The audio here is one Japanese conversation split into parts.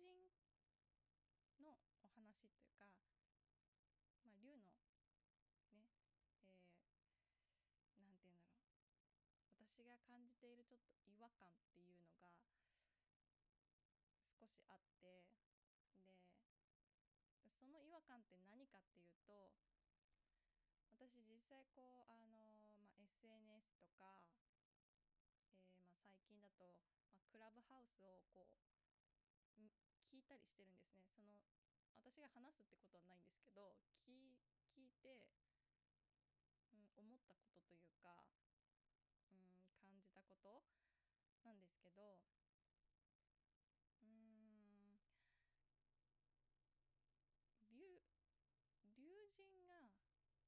人のお話というか、龍のね、なんて言うんだろう、私が感じているちょっと違和感っていうのが少しあって、でその違和感って何かっていうと、私実際こうSNS とか、最近だと、クラブハウスをこう聞いたりしてるんですね。私が話すってことはないんですけど、聞いて、思ったことというか、感じたことなんですけど、うーん竜神が、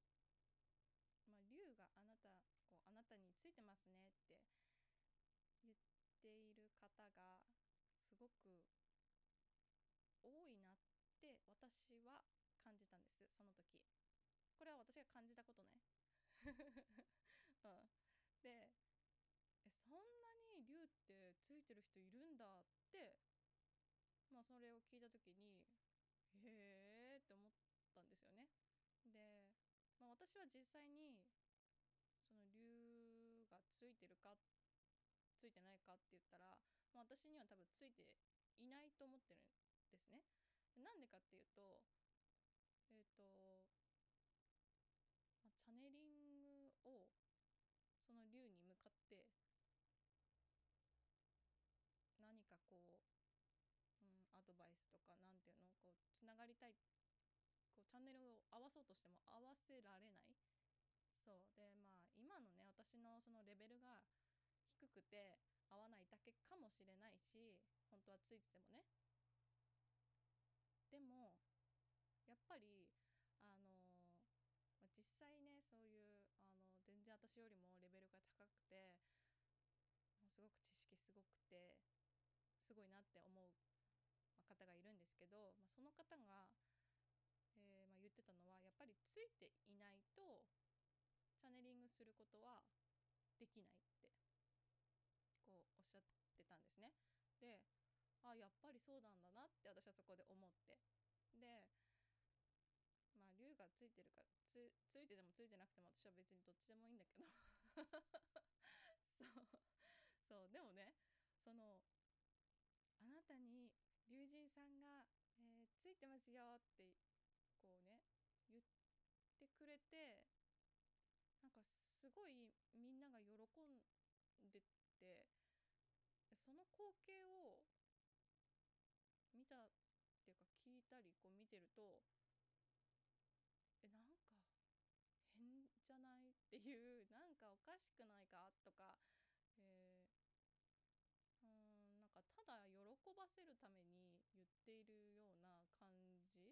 竜があなたについてますねって言っている方がすごく多いなって私は感じたんです、その時。これは私が感じたことね。うん、でそんなに竜ってついてる人いるんだって、それを聞いた時にへーって思ったんですよね。で、私は実際にその竜がついてるかついてないかって言ったら、私には多分ついていないと思ってるんですね。なんでかっていうと、えっ、と、チャネリングをその竜に向かって何かこう、アドバイスとかなんていうのこうつながりたい、こうチャンネルを合わそうとしても合わせられない。そうで、今のね私のそのレベルが低くて合わないだけかもしれないし、本当はついててもね。でもやっぱり実際ね、そういう全然私よりもレベルが高くて、すごく知識すごくてすごいなって思う方がいるんですけど、その方が、言ってたのは、やっぱりついていないとチャネリングすることはできないってこうおっしゃってたんですね。で、やっぱりそうなんだなって私はそこで思って、で竜がついてるかついててもついてなくても私は別にどっちでもいいんだけどそうそうでもね、そのあなたに龍神さんが、ついてますよってこうね言ってくれて、なんかすごいみんなが喜んでて、その光景を見たっていうか聞いたりこう見てると、なんか変じゃないっていう、なんかおかしくないかとか、えなんかただ喜ばせるために言っているような感じ。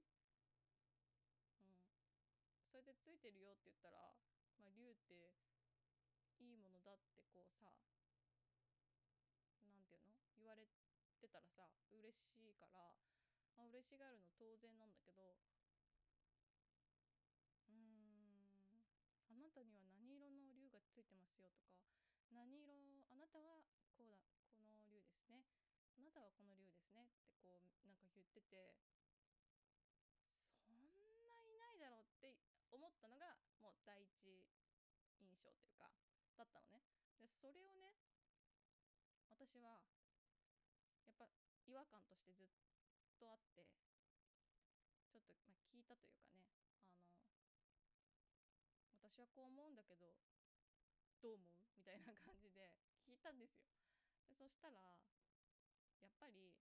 それでついてるよって言ったら、竜っていいものだってこうさ、なんていうの言われてたらさ嬉しいから、嬉しがるの当然なんだけど、あなたには何色の竜がついてますよとか、あなたはこうだ、この竜ですね、あなたはこの竜ですねってこうなんか言ってて、そんないないだろうって思ったのがもう第一印象というかだったのね。でそれをね、私はやっぱ違和感としてずっとあって、ちょっと、聞いたというかね、あの私はこう思うんだけどどう思うみたいな感じで聞いたんですよ。でそしたらやっぱり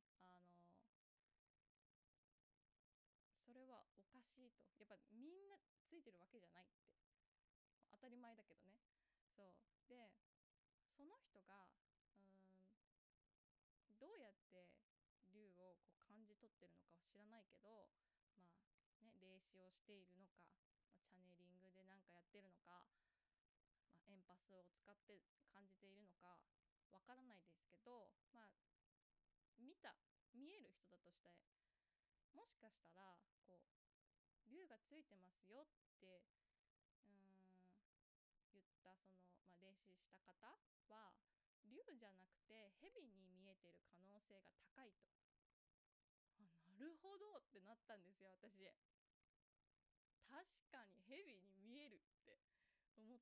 それはおかしいと、やっぱみんなついてるわけじゃないって、当たり前だけどね。そうで、その人がうーんどうやって竜をこう感じ取ってるのかは知らないけど、霊視をしているのか、チャネリングで何かやってるのか、エンパスを使って感じているのかわからないですけど、見た見える人だとして、もしかしたらこう竜がついてますよってうーん言ったその、霊視した方は竜じゃなくて蛇に見えている可能性が高いと。 るほどってなったんですよ、私。確かに蛇に見えるって思って。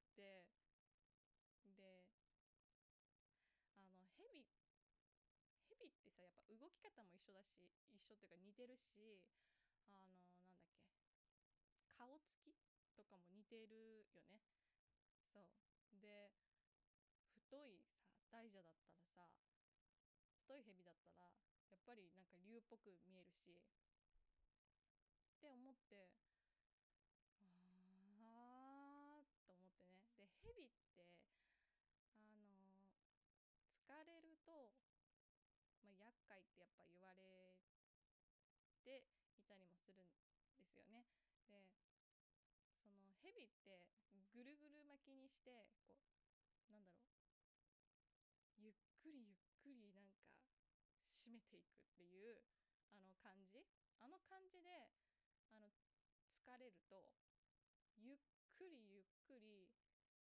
で、蛇ってさ、やっぱ動き方も一緒だし、一緒っていうか似てるし、なんだっけ、顔つきとかも似てるよね。そう。で、太いさ、大蛇だったらさ、太い蛇だったら、やっぱりなんか竜っぽく見えるし、って思って、あーと思ってね。で、蛇って、あの疲れると、まあ、厄介ってやっぱ言われていたりもするんですよね。で、その蛇ってぐるぐる巻きにして、こう、なんだろう、ゆっくりゆっくりなんか締めていくっていう感じ、あの感じであの疲れるとゆっくりゆっくり、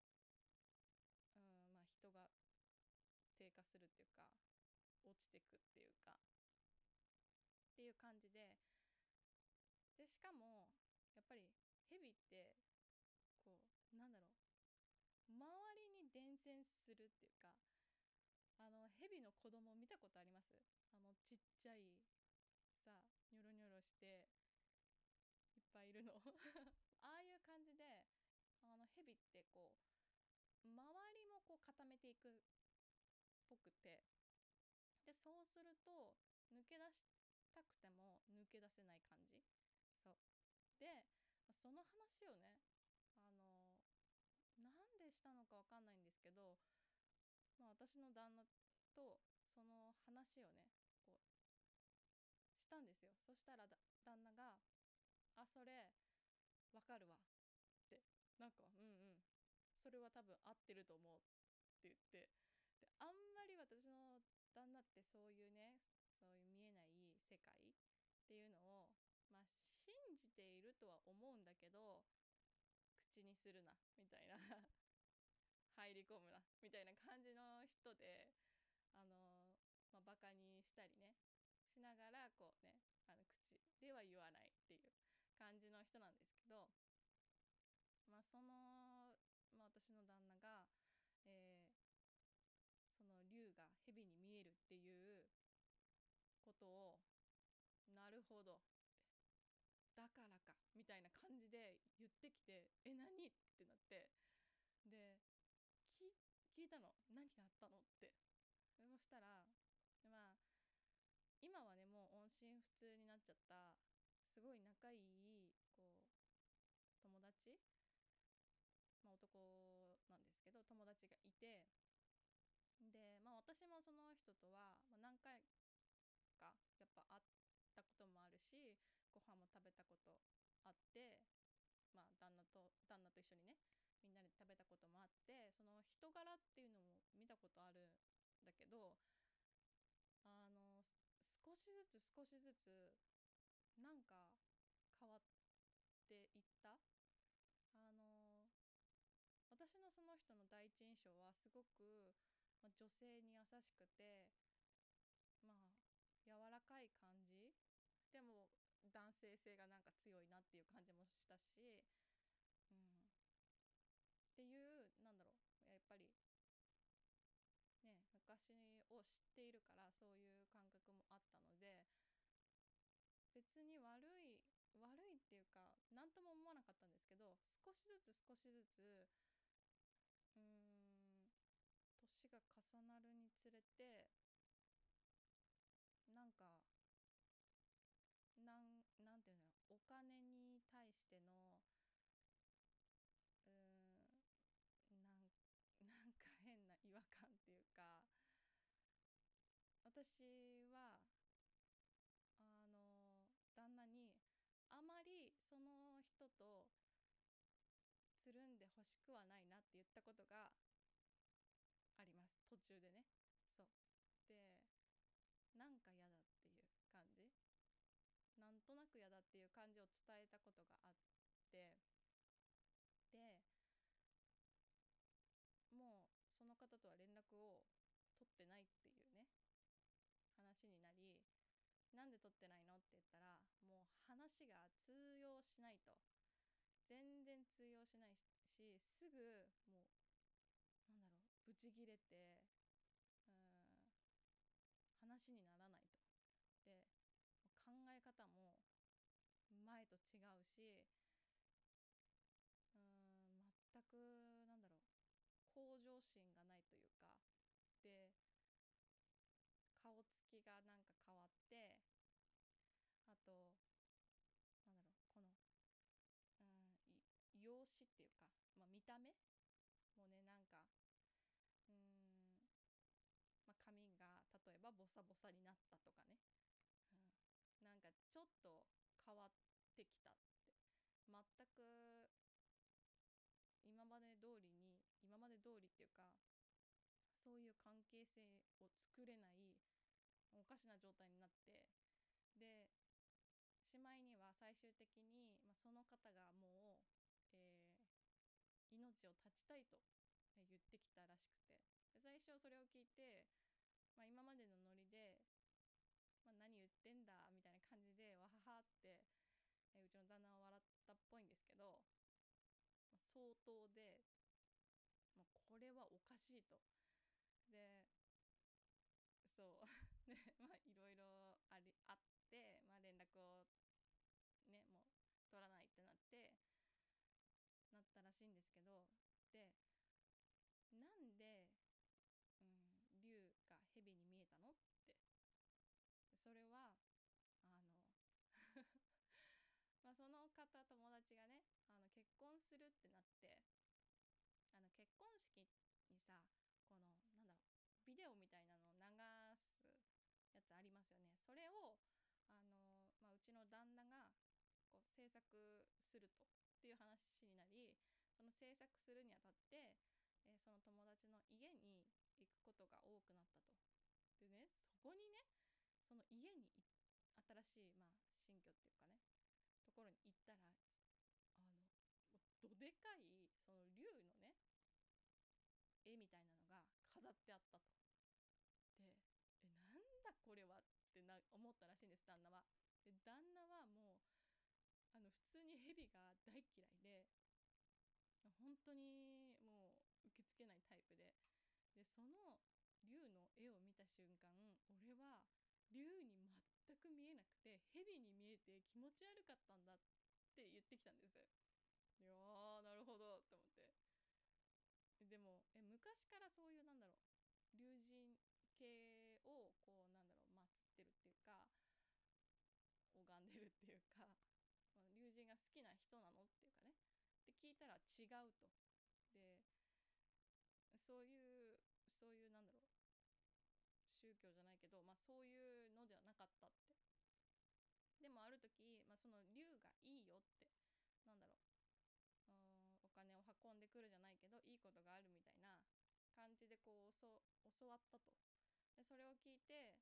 まあ人が低下するっていうか落ちてくっていうかっていう感じで、しかもやっぱり蛇ってこうなんだろう、周りに伝染するっていうか、蛇の子供見たことあります？ちっちゃいさ、ニョロニョロしていっぱいいるのああいう感じで蛇ってこう周りもこう固めていくっぽくて、でそうすると抜け出したくても抜け出せない感じ。そうで、その話をね、なんでしたのかわかんないんですけど、まあ、私の旦那とその話をねこうしたんですよ。そしたら旦那が「あ、それわかるわ」って、なんか「うんうん、それは多分合ってると思う」って言って、であんまり私の旦那ってそういうね、そういう見えない世界っていうのをまあ信じているとは思うんだけど、口にするなみたいな入り込むなみたいな感じの人で、まあ、バカにしたりねしながらこうね、口では言わないっていう感じの人なんですけど、まあまあ、私の旦那が、えその竜が蛇に見えるっていうことを、なるほどってだからかみたいな感じで言ってきて、何ってなって、で聞いたの、何があったのって。そしたら、まあ今はねもう音信不通になっちゃったすごい仲いいこう友達、まあ、男なんですけど友達がいて、で、まあ、私もその人とは、まあ、何回かやっぱ会ったこともあるし、ご飯も食べたことあって、まあ、旦那と一緒にねみんなで食べたこともあって、その人柄っていうのも見たことあるんだけど、少しずつ少しずつなんか変わっていった。あの私のその人の第一印象はすごく、まあ、女性に優しくて、まあ柔らかい感じでも男性性がなんか強いなっていう感じもしたし、うん、っていうなんだろう、やっぱりね昔を知っているからそういう感覚もあったので、別に悪いっていうか何とも思わなかったんですけど、少しずつ少しずつ、うーん年が重なるにつれて、なんかなんていうの、お金に対してのうーんなんか変な違和感っていうか、私は旦那にあまりその人とつるんでほしくはないなって言ったことがあります、途中でね。そうで、なんか嫌だっていう感じ、なんとなく嫌だっていう感じを伝えたことがあって、でもうその方とは連絡を取ってないっていうね話になり、 なんで撮ってないのって言ったら、もう話が通用しないと。全然通用しないし、すぐもうなんだろう、ブチギレて、うーん、話にならないと。で、考え方も前と違うし、全くなんだろう、向上心がないというか、で、顔つきがなんか変わって、あと、なんだろう、この、うん、容姿っていうか、まあ、見た目もね、なんか、うーん、まあ、髪が例えばボサボサになったとかね、うん、なんかちょっと変わってきたって、全く今まで通りっていうか、そういう関係性を作れないおかしな状態になって、でしまいには最終的に、まあ、その方がもう、命を絶ちたいと言ってきたらしくて、で最初それを聞いて、まあ、今までのノリで、まあ、何言ってんだみたいな感じでわははって、うちの旦那は笑ったっぽいんですけど、まあ、相当で、もうこれはおかしいと。で、そうで、まあいろいろあって、まあ、連絡をねもう取らないってなったらしいんですけど、で、なんで、竜が蛇に見えたのって、それはあのまあその方、友達がね、結婚するってなって、結婚式にさ、このなんだろう、ビデオみたいなのを流すやつありますよね。それをまあ、うちの旦那がこう制作するとっていう話になり、その制作するにあたって、その友達の家に行くことが多くなったと。でね、そこにね、その家に新しい、まあ、新居っていうかね、ところに行ったら、もうどでかいその竜のね絵みたいなのが飾ってあったと。で、なんだこれはって思ったらしいんです、旦那は。で、旦那はもう普通にヘビが大嫌いで、本当にもう受け付けないタイプで、その竜の絵を見た瞬間、俺は竜に全く見えなくてヘビに見えて気持ち悪かったんだって言ってきたんです。いやー、なるほどって思って。でも昔からそういうなんだろう、竜神系をこうなんだろう、祀ってるっていうか拝んでるっていうか、竜神が好きな人なのっていうかね、って聞いたら違うと。で、そういうなんだろう、宗教じゃないけど、まあ、そういうのではなかったって。でもある時、まあ、その竜がいいよって、なんだろう、お金を運んでくるじゃないけどいいことがあるみたいな感じでこう教わったと。でそれを聞いて、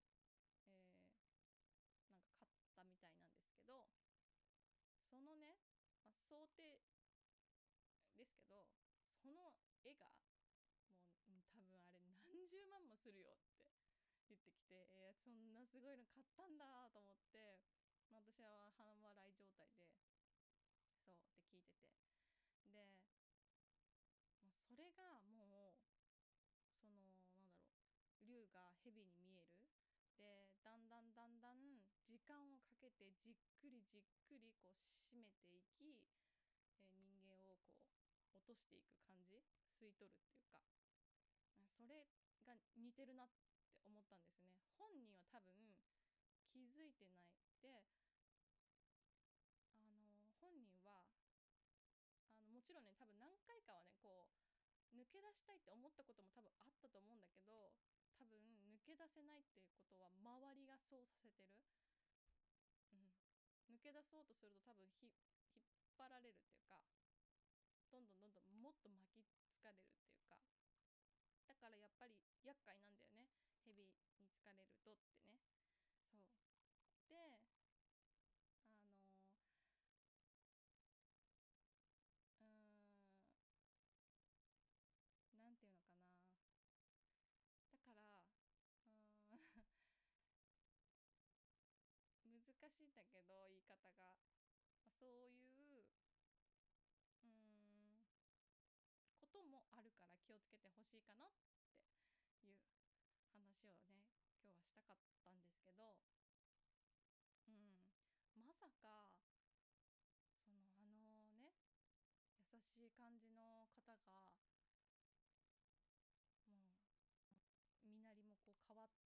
なんか買ったみたいなんですけど、そのね、まあ、想定ですけど、その絵がもう多分あれ何十万もするよって言ってきて、そんなすごいの買ったんだと思って、まあ、私は半笑い状態でそうって聞いてて、でもうそれがもうそのなんだろう、竜が蛇に見える、でだんだんだんだん時間をかけてじっくりじっくりこう締めていき、人間をこう落としていく感じ、吸い取るっていうか、それが似てるなって思ったんですね。本人は多分気づいてないで、本人はもちろんね、多分何回かはねこう抜け出したいって思ったことも多分あったと思うんだけど、多分抜け出せないっていうことは周りがそうさせてる。うん、抜け出そうとすると多分引っ張られるっていうか、どんどんどんどんもっと巻きつかれるっていうか、だからやっぱり厄介なんだよね、蛇に疲れるとってね。そうで、あのうーんなんていうのかな、だからうーんいたけど言い方が、そういううーんこともあるから気をつけてほしいかなっていう話をね今日はしたかったんですけど、まさかね優しい感じの方がもう身なりもこう変わって、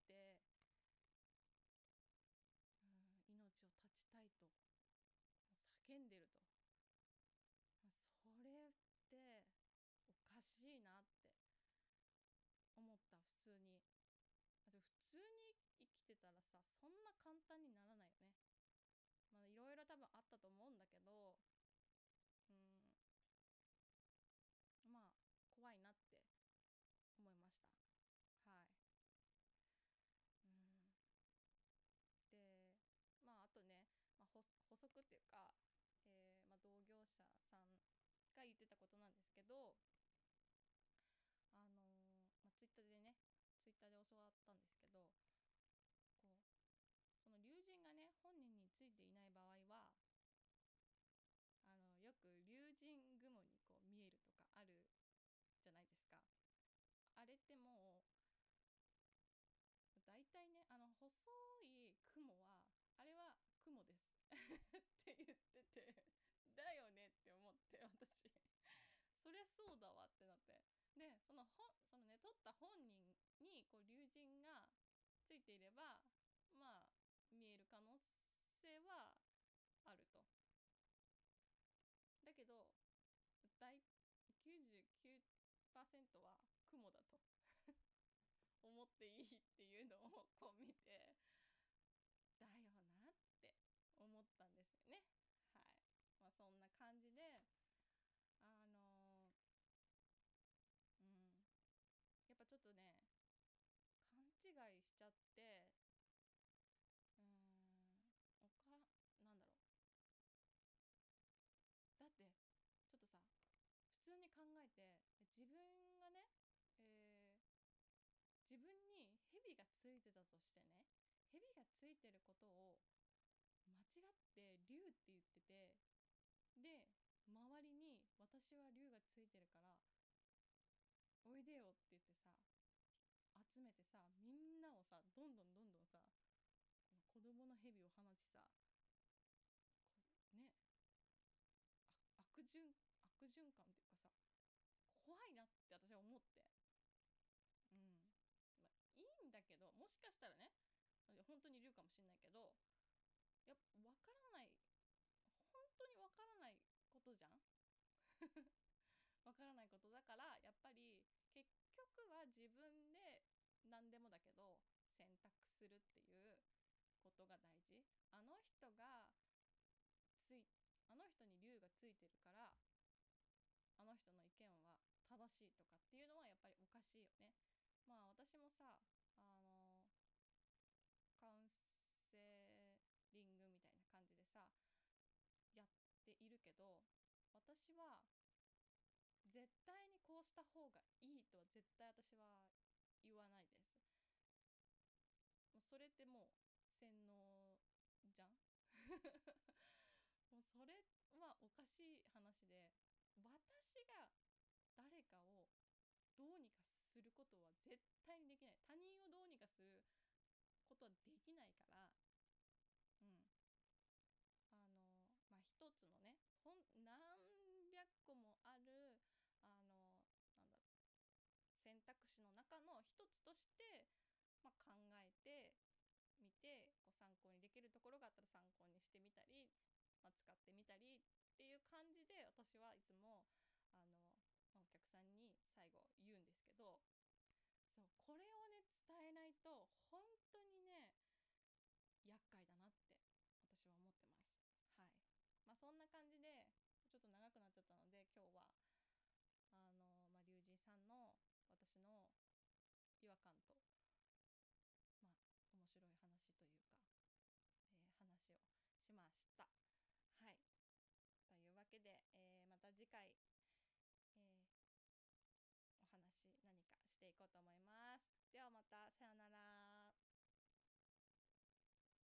命を絶ちたいと叫んでると、それっておかしいなって思った。普通に普通に生きてたらさそんな簡単にならないよね。いろいろ多分あったと思うんだけど、怖いなって思いました。はい。うんであとね、補足っていうか、同業者さんが言ってたことなんですけど、ツイッターで教わったんですけど、こその龍神がね本人についていない場合はよく龍神雲にこう見えるとかあるじゃないですか。あれってもう大体ね細い雲はあれは雲ですって言ってて、だよねって思って私そりゃそうだわってなって、でそのね撮った本人にこう龍神がついていれば見える可能性はあると。だけど大99%は雲だと思っていいっていうのをこう見て、だよなって思ったんですよね。はい。そんな感じであのやっぱちょっとね勘違いしちゃって、うーんおかなんだろうだってちょっとさ普通に考えて自分がね、自分に蛇がついてたとしてね、蛇がついてることを間違って竜って言ってて、で周りに私は竜がついてるからおいでよって言ってさ集めてさみんなをさどんどんどんどんさこの子供の蛇を放ちさこうね悪循環っていうかさ怖いなって私は思って、いいんだけどもしかしたらね本当に竜かもしんないけど、やっぱ分からない、本当に分からないことじゃん。分からないことだからやっぱり結局は自分で何でもだけど選択するっていうことが大事。ついあの人に竜がついてるからあの人の意見は正しいとかっていうのはやっぱりおかしいよね。私もさカウンセリングみたいな感じでさやっているけど、私は絶対にこうした方がいいとは絶対私は言わないです。もうそれってもう洗脳じゃん。もうそれはおかしい話で、私が誰かをどうにかすることは絶対にできない。他人をどうにかすることはできないから、うん一つのね何百個もあるなんだろう選択肢の中の一つとして、考えてみてこう参考にできるところがあったら参考にしてみたり、使ってみたりっていう感じで私はいつもお客さんに最後言うんですけど、そうこれをね伝えないと本当にね厄介だなって私は思ってます。はい。そんな感じでちょっと長くなっちゃったので今日は龍神さんの私の違和感と面白い話というか、話をしました。はい。というわけで、また次回